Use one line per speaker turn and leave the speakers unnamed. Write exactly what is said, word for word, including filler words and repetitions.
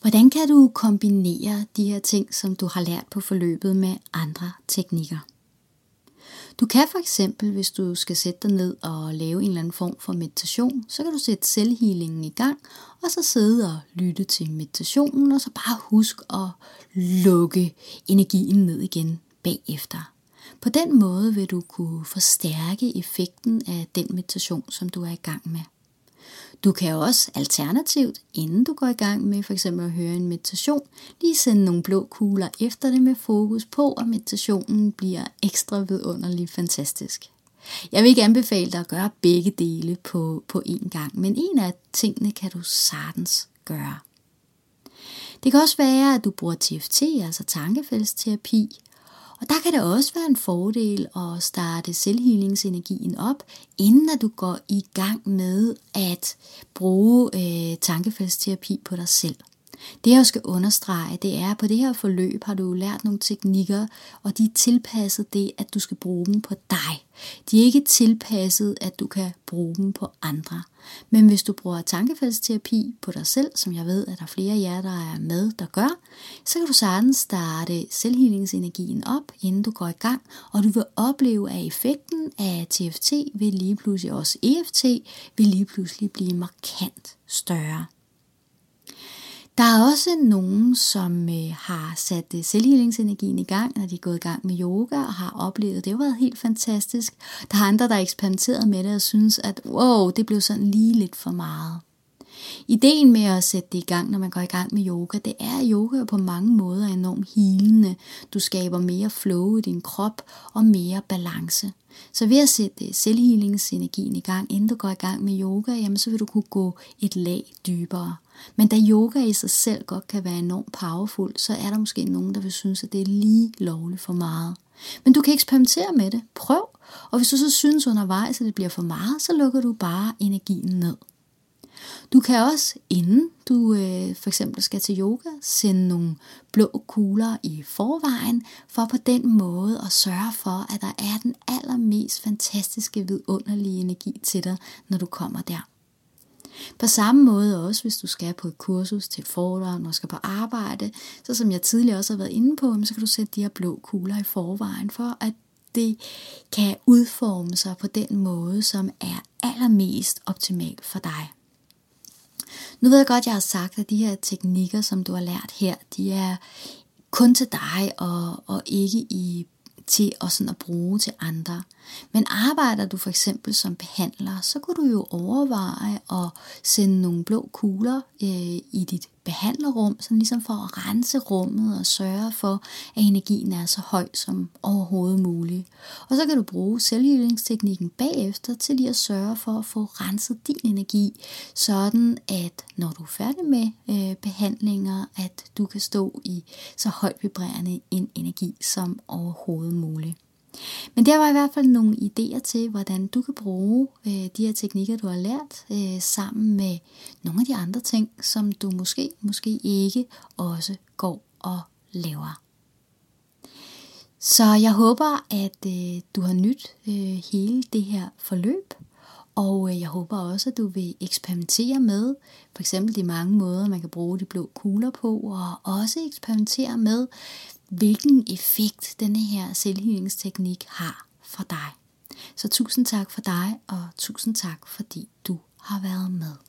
Hvordan kan du kombinere de her ting, som du har lært på forløbet med andre teknikker? Du kan for eksempel, hvis du skal sætte dig ned og lave en eller anden form for meditation, så kan du sætte selvhealingen i gang, og så sidde og lytte til meditationen, og så bare husk at lukke energien ned igen bagefter. På den måde vil du kunne forstærke effekten af den meditation, som du er i gang med. Du kan også alternativt, inden du går i gang med for eksempel at høre en meditation, lige sende nogle blå kugler efter det med fokus på, at meditationen bliver ekstra vidunderlig fantastisk. Jeg vil ikke anbefale dig at gøre begge dele på, på én gang, men en af tingene kan du sagtens gøre. Det kan også være, at du bruger T F T, altså tankefællesterapi. Og der kan det også være en fordel at starte selvhealingsenergien op, inden at du går i gang med at bruge øh, tankefællesterapi på dig selv. Det jeg skal understrege, det er, at på det her forløb har du lært nogle teknikker, og de er tilpasset det, at du skal bruge dem på dig. De er ikke tilpasset, at du kan bruge dem på andre. Men hvis du bruger tankefællesterapi på dig selv, som jeg ved, at der er flere af jer, der er med, der gør, så kan du sagtens starte selvhealingsenergien op, inden du går i gang, og du vil opleve, at effekten af T F T vil lige pludselig også E F T vil lige pludselig blive markant større. Der er også nogen, som øh, har sat øh, selvhealingsenergien i gang, når de er gået i gang med yoga og har oplevet, det har været helt fantastisk. Der er andre, der har eksperimenteret med det og synes, at wow, det blev sådan lige lidt for meget. Ideen med at sætte det i gang, når man går i gang med yoga, det er, at yoga på mange måder er enormt healende. Du skaber mere flow i din krop og mere balance. Så ved at sætte selvhealingsenergien i gang, inden du går i gang med yoga, jamen så vil du kunne gå et lag dybere. Men da yoga i sig selv godt kan være enormt powerful, så er der måske nogen, der vil synes, at det er lige lovligt for meget. Men du kan eksperimentere med det. Prøv. Og hvis du så synes undervejs, at det bliver for meget, så lukker du bare energien ned. Du kan også, inden du øh, for eksempel skal til yoga, sende nogle blå kugler i forvejen, for på den måde at sørge for, at der er den allermest fantastiske, vidunderlige energi til dig, når du kommer der. På samme måde også, hvis du skal på et kursus til foredrag, og skal på arbejde, så som jeg tidligere også har været inde på, så kan du sætte de her blå kugler i forvejen, for at det kan udforme sig på den måde, som er allermest optimal for dig. Nu ved jeg godt, at jeg har sagt, at de her teknikker, som du har lært her, de er kun til dig og, og ikke i, til at, sådan at bruge til andre. Men arbejder du for eksempel som behandler, så kunne du jo overveje at sende nogle blå kugler øh, i dit behandlerrum, sådan ligesom for at rense rummet og sørge for, at energien er så høj som overhovedet muligt. Og så kan du bruge selvhealingsteknikken bagefter til lige at sørge for at få renset din energi, sådan at når du er færdig med øh, behandlinger, at du kan stå i så højt vibrerende en energi som overhovedet muligt. Men der var i hvert fald nogle idéer til, hvordan du kan bruge øh, de her teknikker, du har lært, øh, sammen med nogle af de andre ting, som du måske, måske ikke også går og laver. Så jeg håber, at øh, du har nydt øh, hele det her forløb, og øh, jeg håber også, at du vil eksperimentere med for eksempel de mange måder, man kan bruge de blå kugler på, og også eksperimentere med, hvilken effekt denne her selvhealingsteknik har for dig. Så tusind tak for dig, og tusind tak fordi du har været med.